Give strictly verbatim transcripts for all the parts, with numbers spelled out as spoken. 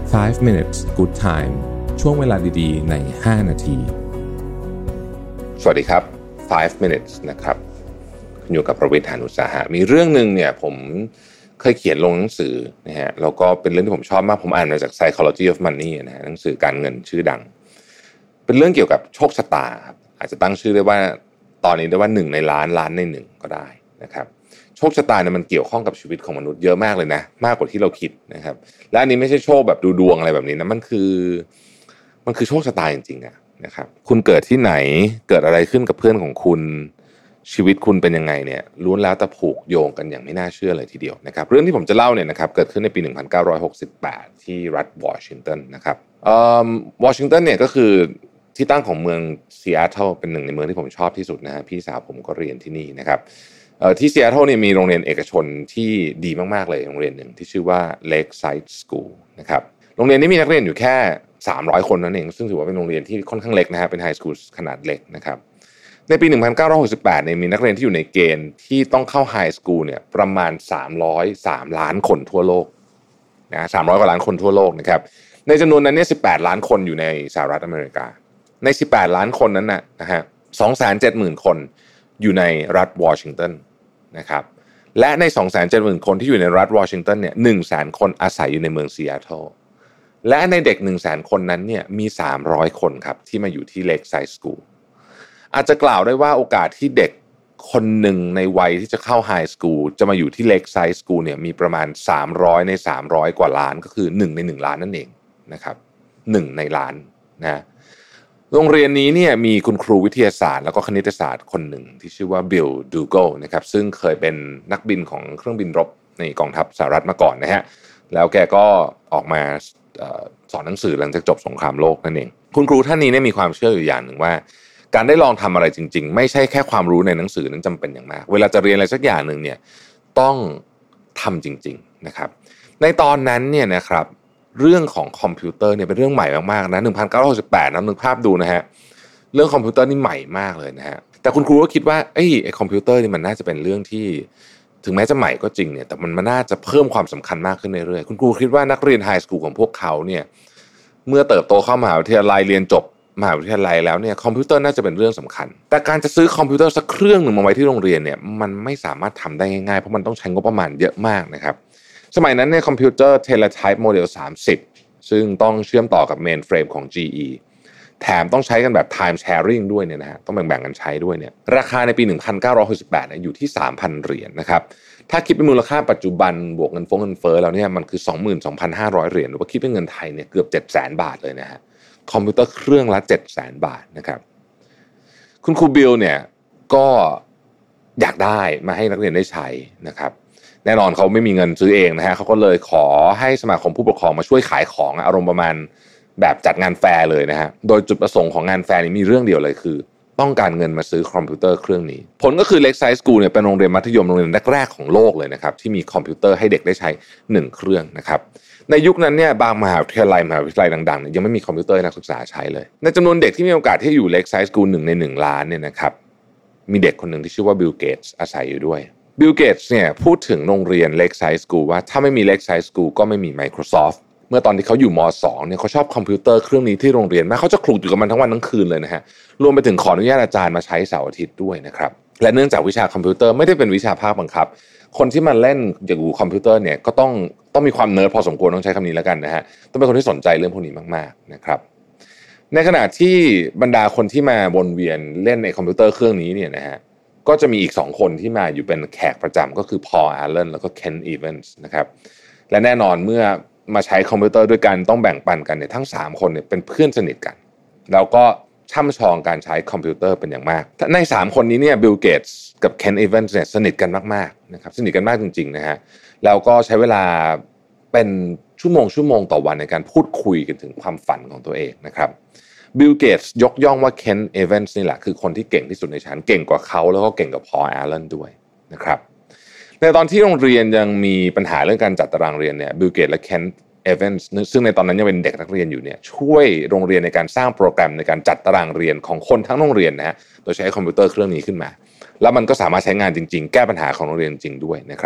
five minutes good time ช่วงเวลาดีๆในห้านาทีสวัสดีครับfive minutes นะครับคุณอยู่กับประวิทย์ หาญอุตสาหะมีเรื่องนึงเนี่ยผมเคยเขียนลงหนังสือนะฮะแล้วก็เป็นเรื่องที่ผมชอบมากผมอ่านมาจาก Psychology of Money นะฮะหนังสือการเงินชื่อดังเป็นเรื่องเกี่ยวกับโชคชะตาครับอาจจะตั้งชื่อได้ว่าตอนนี้ได้ว่าหนึ่งในล้านล้านในหนึ่งก็ได้นะครับโชคชะตาเนี่ยมันเกี่ยวข้องกับชีวิตของมนุษย์เยอะมากเลยนะมากกว่าที่เราคิดนะครับและอันนี้ไม่ใช่โชคแบบดูดวงอะไรแบบนี้นะมันคือมันคือโชคชะตาจริงๆอะนะครับคุณเกิดที่ไหนเกิดอะไรขึ้นกับเพื่อนของคุณชีวิตคุณเป็นยังไงเนี่ยล้วนแล้วแต่ผูกโยงกันอย่างไม่น่าเชื่อเลยทีเดียวนะครับเรื่องที่ผมจะเล่าเนี่ยนะครับเกิดขึ้นในปีหนึ่งพันเก้าร้อยหกสิบแปดที่รัฐวอชิงตันนะครับเอ่อวอชิงตันเนี่ยก็คือที่ตั้งของเมืองซีแอตเทิลเป็นหนึ่งในเมืองที่ผมชอบที่สุดนะฮะพี่สาวผมก็เรียนที่นี่นะครับเอ่อที่ซีแอตเทิลเนี่ยมีโรงเรียนเอกชนที่ดีมากๆเลยโรงเรียนหนึ่งที่ชื่อว่า Lakeside School นะครับโรงเรียนนี้มีนักเรียนอยู่แค่สามร้อยคนนั่นเองซึ่งถือว่าเป็นโรงเรียนที่ค่อนข้างเล็กนะฮะเป็นไฮสคูลขนาดเล็กนะครับในปีหนึ่งพันเก้าร้อยหกสิบแปดเนี่ยมีนักเรียนที่อยู่ในเกณฑ์ที่ต้องเข้าไฮสคูลเนี่ยประมาณสามร้อยสามล้านคนทั่วโลกนะสามร้อยกว่าล้านคนทั่วโลกนะครับในจำนวนนั้นเนี่ยสิบแปดล้านคนอยู่ในสหรัฐอเมริกาในสิบแปดล้านคนนั้นน่ะนะฮะ สองแสนเจ็ดหมื่น คนอยู่ในรัฐวอชิงตันนะครับและใน สองแสนเจ็ดหมื่น คนที่อยู่ในรัฐวอชิงตันเนี่ย หนึ่งแสน คนอาศัยอยู่ในเมืองซีแอตเทิลและในเด็ก หนึ่งแสน คนนั้นเนี่ยมีสามร้อยคนครับที่มาอยู่ที่ Lakeside School อาจจะกล่าวได้ว่าโอกาสที่เด็กคนหนึ่งในวัยที่จะเข้าไฮสคูลจะมาอยู่ที่ Lakeside School เนี่ยมีประมาณสามร้อยในสามร้อยกว่าล้านก็คือหนึ่งในหนึ่งล้านนั่นเองนะครับหนึ่งในล้านนะโรงเรียนนี้เนี่ยมีคุณครูวิทยาศาสตร์แล้วก็คณิตศาสตร์คนหนึ่งที่ชื่อว่าบิลดูโกลนะครับซึ่งเคยเป็นนักบินของเครื่องบินรบในกองทัพสหรัฐมาก่อนนะฮะแล้วแกก็ออกมาสอนหนังสือหลังจากจบสงครามโลกนั่นเองคุณครูท่านนี้เนี่ยมีความเชื่ออยู่อย่างหนึ่งว่าการได้ลองทำอะไรจริงๆไม่ใช่แค่ความรู้ในหนังสือนั้นจำเป็นอย่างมากเวลาจะเรียนอะไรสักอย่างหนึ่งเนี่ยต้องทำจริงๆนะครับในตอนนั้นเนี่ยนะครับเรื่องของคอมพิวเตอร์เนี่ยเป็นเรื่องใหม่มากๆนะหนึ่งพันเก้าร้อยหกสิบแปดนะนึกภาพดูนะฮะเรื่องคอมพิวเตอร์นี่ใหม่มากเลยนะฮะแต่คุณครูก็คิดว่าไอ้ไอ้คอมพิวเตอร์นี่มันน่าจะเป็นเรื่องที่ถึงแม้จะใหม่ก็จริงเนี่ยแต่มันมันน่าจะเพิ่มความสำคัญมากขึ้นเรื่อยๆคุณครูคิดว่านักเรียนไฮสคูลของพวกเขาเนี่ยเมื่อเติบโตเข้ามหาวิทยาลัยเรียนจบมหาวิทยาลัยแล้วเนี่ยคอมพิวเตอร์น่าจะเป็นเรื่องสำคัญแต่การจะซื้อคอมพิวเตอร์สักเครื่องหนึ่งมาไว้ที่โรงเรียนเนี่ยมันไม่สามารถทำได้ง่ายๆเพราะมันต้องใช้งบประมาณเยอะมากนะครับสมัยนั้นเนี่ยคอมพิวเตอร์ Teletype Model สามสิบซึ่งต้องเชื่อมต่อกับเมนเฟรมของ จี อี แถมต้องใช้กันแบบ time sharing ด้วยเนี่ยนะฮะต้องแบ่งๆกันใช้ด้วยเนี่ยราคาในปีหนึ่งพันเก้าร้อยหกสิบแปดเนี่ยอยู่ที่ สามพัน เหรียญนะครับถ้าคิดเป็นมูลค่าปัจจุบันบวกเงินฟงเงินเฟ้อแล้วเนี่ยมันคือ สองหมื่นสองพันห้าร้อย เหรียญหรือว่าคิดเป็นเงินไทยเนี่ยเกือบ เจ็ดแสน บาทเลยนะฮะคอมพิวเตอร์เครื่องละ เจ็ดแสน บาทนะครับคุณครูบิลเนี่ยก็อยากได้มาให้นักเรียนได้ใช้นะครับแน่นอนเขาไม่มีเงินซื้อเองนะฮะเขาก็เลยขอให้สมาคมผู้ปกครองมาช่วยขายของอารมณ์ประมาณแบบจัดงานแฟร์เลยนะฮะโดยจุดประสงค์ของงานแฟร์นี้มีเรื่องเดียวเลยคือต้องการเงินมาซื้อคอมพิวเตอร์เครื่องนี้ผลก็คือ Lakeside School เนี่ยเป็นโรงเรียนมัธยมโรงเรียนแรกๆของโลกเลยนะครับที่มีคอมพิวเตอร์ให้เด็กได้ใช้หนึ่งเครื่องนะครับในยุคนั้นเนี่ยบางมหาวิทยาลัยมหาวิทยาลัยดังๆเนี่ยยังไม่มีคอมพิวเตอร์ให้นักศึกษาใช้เลยในจำนวนเด็กที่มีโอกาสที่อยู่ Lakeside School หนึ่งในหนึ่งล้านเนี่ยนะครับมีเด็กคนหนึ่งที่ชื่อว่าบิลเกตส์อาศัยอยู่ด้วยบิลเกตส์เนี่ยพูดถึงโรงเรียน Lakeside School ว่าถ้าไม่มี Lakeside School ก็ไม่มี Microsoft เมื่อตอนที่เขาอยู่ม.สอง เนี่ยเขาชอบคอมพิวเตอร์เครื่องนี้ที่โรงเรียนมากเขาจะคลุกอยู่กับมันทั้งวันทั้งคืนเลยนะฮะรวมไปถึงขออนุญาตอาจารย์มาใช้เสาร์อาทิตย์ด้วยนะครับและเนื่องจากวิชาคอมพิวเตอร์ไม่ได้เป็นวิชาภาคบังคับคนที่มาเล่นอย่างคอมพิวเตอร์เนี่ยก็ต้องต้องมีความเนิร์ดพอสมควรต้องใช้คำนี้แล้วกันนะฮะต้องเป็นคนที่สนใจเรื่องพวกนี้มากๆนะครับในขณะที่บรรดาคนที่มาวนเวียนเล่นในคอมพิวเตอร์เครื่องนี้เนี่ยนะฮะก็จะมีอีกสองคนที่มาอยู่เป็นแขกประจำก็คือพอล แอลเลนแล้วก็เคน อีเวนส์นะครับและแน่นอนเมื่อมาใช้คอมพิวเตอร์ด้วยกันต้องแบ่งปันกันเนี่ยทั้งสามคนเนี่ยเป็นเพื่อนสนิทกันแล้วก็ช่ำชองการใช้คอมพิวเตอร์เป็นอย่างมากในสามคนนี้เนี่ยบิลเกตส์กับเคน อีเวนส์เนี่ยสนิทกันมากๆนะครับสนิทกันมากจริงๆนะฮะแล้วก็ใช้เวลาเป็นชั่วโมงชั่วโมงต่อวันในการพูดคุยกันถึงความฝันของตัวเองนะครับบิลเกตส์ยกย่องว่าเคนเอเวนส์นี่แหละคือคนที่เก่งที่สุดในชั้นเก่งกว่าเขาแล้วก็เก่งกว่าพอล แอลเลนด้วยนะครับในตอนที่โรงเรียนยังมีปัญหาเรื่องการจัดตารางเรียนเนี่ยบิลเกตส์และเคนเอเวนส์ซึ่งในตอนนั้นยังเป็นเด็กนักเรียนอยู่เนี่ยช่วยโรงเรียนในการสร้างโปรแกรมในการจัดตารางเรียนของคนทั้งโรงเรียนนะฮะโดยใช้คอมพิวเตอร์เครื่องนี้ขึ้นมาแล้วมันก็สามารถใช้งานจริงๆแก้ปัญหาของโรงเรียนจริงด้วยนะครับ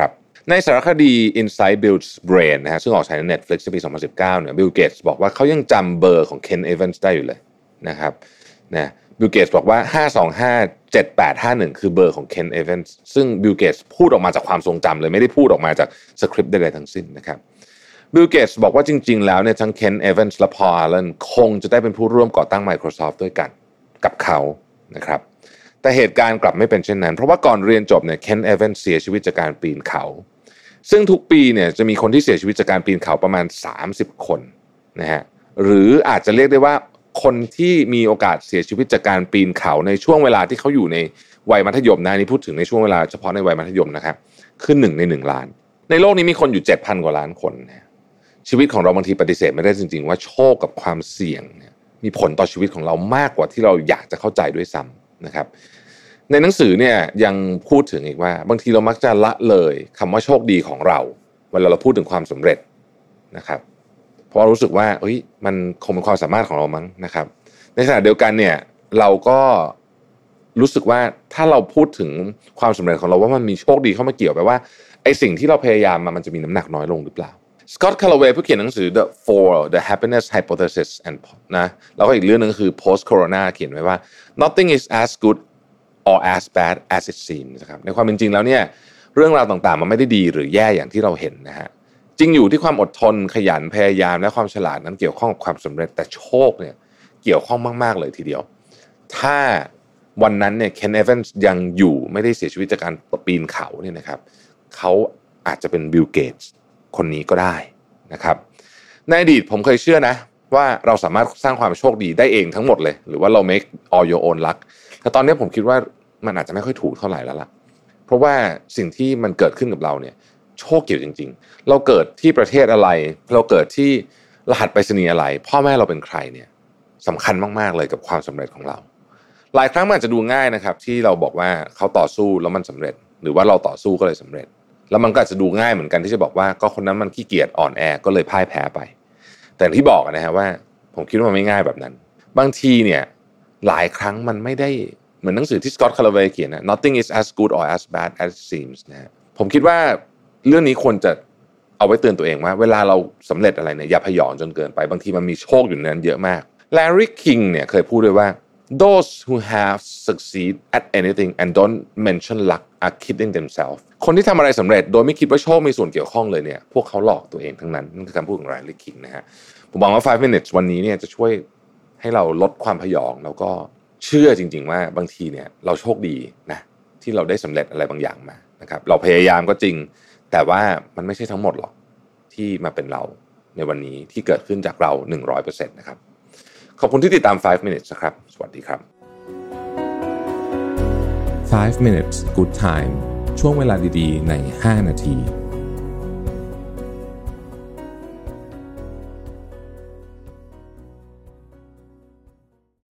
ในสารคดี Inside Bill's Brain นะฮะซึ่งออกฉายใน Netflix ในปีสองพันสิบเก้าเนี่ย Bill Gates บอกว่าเขายังจำเบอร์ของ Ken Evans ได้อยู่เลยนะครับนะ Bill Gates บอกว่าห้า สอง ห้า เจ็ด แปด ห้า หนึ่งคือเบอร์ของ Ken Evans ซึ่ง Bill Gates พูดออกมาจากความทรงจำเลยไม่ได้พูดออกมาจากสคริปต์ใดๆทั้งสิ้นนะครับ Bill Gates บอกว่าจริงๆแล้วเนี่ยทั้ง Ken Evans และ Paul Allen คงจะได้เป็นผู้ร่วมก่อตั้ง Microsoft ด้วยกันกับเขานะครับแต่เหตุการณ์กลับไม่เป็นเช่นนั้นเพราะว่าก่อนเรียนจบเนี่ย Ken Evans เสียชีวิตจากการปีนเขาซึ่งทุกปีเนี่ยจะมีคนที่เสียชีวิตจากการปีนเขาประมาณสามสิบคนนะฮะหรืออาจจะเรียกได้ว่าคนที่มีโอกาสเสียชีวิตจากการปีนเขาในช่วงเวลาที่เขาอยู่ในวัยมัธยมนะนี่พูดถึงในช่วงเวลาเฉพาะในวัยมัธยมนะครับคือหนึ่งในหนึ่งล้านในโลกนี้มีคนอยู่ เจ็ดพัน กว่าล้านคนนะชีวิตของเราบางทีปฏิเสธไม่ได้จริงๆว่าโชคกับความเสี่ยงเนี่ยมีผลต่อชีวิตของเรามากกว่าที่เราอยากจะเข้าใจด้วยซ้ำนะครับในหนังสือเนี่ยยังพูดถึงอีกว่าบางทีเรามักจะละเลยคำว่าโชคดีของเราเวลาเราพูดถึงความสำเร็จนะครับเพราะรู้สึกว่าเฮ้ยมันคงเป็นความสามารถของเรามั้งนะครับในขณะเดียวกันเนี่ยเราก็รู้สึกว่าถ้าเราพูดถึงความสำเร็จของเราว่ามันมีโชคดีเข้ามาเกี่ยวแปลว่าไอ้สิ่งที่เราพยายามมามันจะมีน้ำหนักน้อยลงหรือเปล่าสกอตต์ คาร์ลเวย์ผู้เขียนหนังสือ The Four The Happiness Hypothesis and นะแล้วก็อีกเรื่องนึงคือ Post Corona เขียนไว้ว่า Nothing is as good or as bad as it seems นะครับในความเป็นจริงแล้วเนี่ยเรื่องราวต่างๆมันไม่ได้ดีหรือแย่อย่างที่เราเห็นนะฮะจริงอยู่ที่ความอดทนขยันพยายามและความฉลาดนั้นเกี่ยวข้องกับความสำเร็จแต่โชคเนี่ยเกี่ยวข้องมากๆเลยทีเดียวถ้าวันนั้นเนี่ย Ken Evans ยังอยู่ไม่ได้เสียชีวิตจากการปีนเขาเนี่ยนะครับเขาอาจจะเป็น Bill Gates คนนี้ก็ได้นะครับในอดีตผมเคยเชื่อนะว่าเราสามารถสร้างความโชคดีได้เองทั้งหมดเลยหรือว่าเรา make all your own luck แต่ตอนนี้ผมคิดว่ามันอาจจะไม่ค่อยถูกเท่าไหร่แล้วล่ะเพราะว่าสิ่งที่มันเกิดขึ้นกับเราเนี่ยโชคเกี่ยวจริงๆเราเกิดที่ประเทศอะไรเราเกิดที่รหัสไปรษณีย์อะไรพ่อแม่เราเป็นใครเนี่ยสำคัญมากๆเลยกับความสำเร็จของเราหลายครั้งมันอาจจะดูง่ายนะครับที่เราบอกว่าเขาต่อสู้แล้วมันสำเร็จหรือว่าเราต่อสู้ก็เลยสำเร็จแล้วมันก็อาจจะดูง่ายเหมือนกันที่จะบอกว่าก็คนนั้นมันขี้เกียจอ่อนแอก็เลยพ่ายแพ้ไปแต่ที่บอกนะฮะว่าผมคิดว่ามันไม่ง่ายแบบนั้นบางทีเนี่ยหลายครั้งมันไม่ได้เหมือนหนังสือที่สกอตต์ คาร์ลเวย์เขียนนะ Nothing is as good or as bad as it seems นะฮะผมคิดว่าเรื่องนี้ควรจะเอาไว้เตือนตัวเองว่าเวลาเราสำเร็จอะไรเนี่ยอย่าพยองจนเกินไปบางทีมันมีโชคอยู่ในนั้นเยอะมาก Larry King เนี่ยเคยพูดด้วยว่า those who have succeed at anything and don't mention luck are kidding themselves คนที่ทำอะไรสำเร็จโดยไม่คิดว่าโชคมีส่วนเกี่ยวข้องเลยเนี่ยพวกเขาหลอกตัวเองทั้งนั้นนั่นคือคำพูดของ Larry King นะฮะผมหวังว่า five minutes วันนี้เนี่ยจะช่วยให้เราลดความพยองแล้วก็เชื่อจริงๆว่าบางทีเนี่ยเราโชคดีนะที่เราได้สำเร็จอะไรบางอย่างมานะครับเราพยายามก็จริงแต่ว่ามันไม่ใช่ทั้งหมดหรอกที่มาเป็นเราในวันนี้ที่เกิดขึ้นจากเรา หนึ่งร้อยเปอร์เซ็นต์ นะครับขอบคุณที่ติดตามfive minutes นะครับสวัสดีครับ five minutes good time ช่วงเวลาดีๆในห้านาที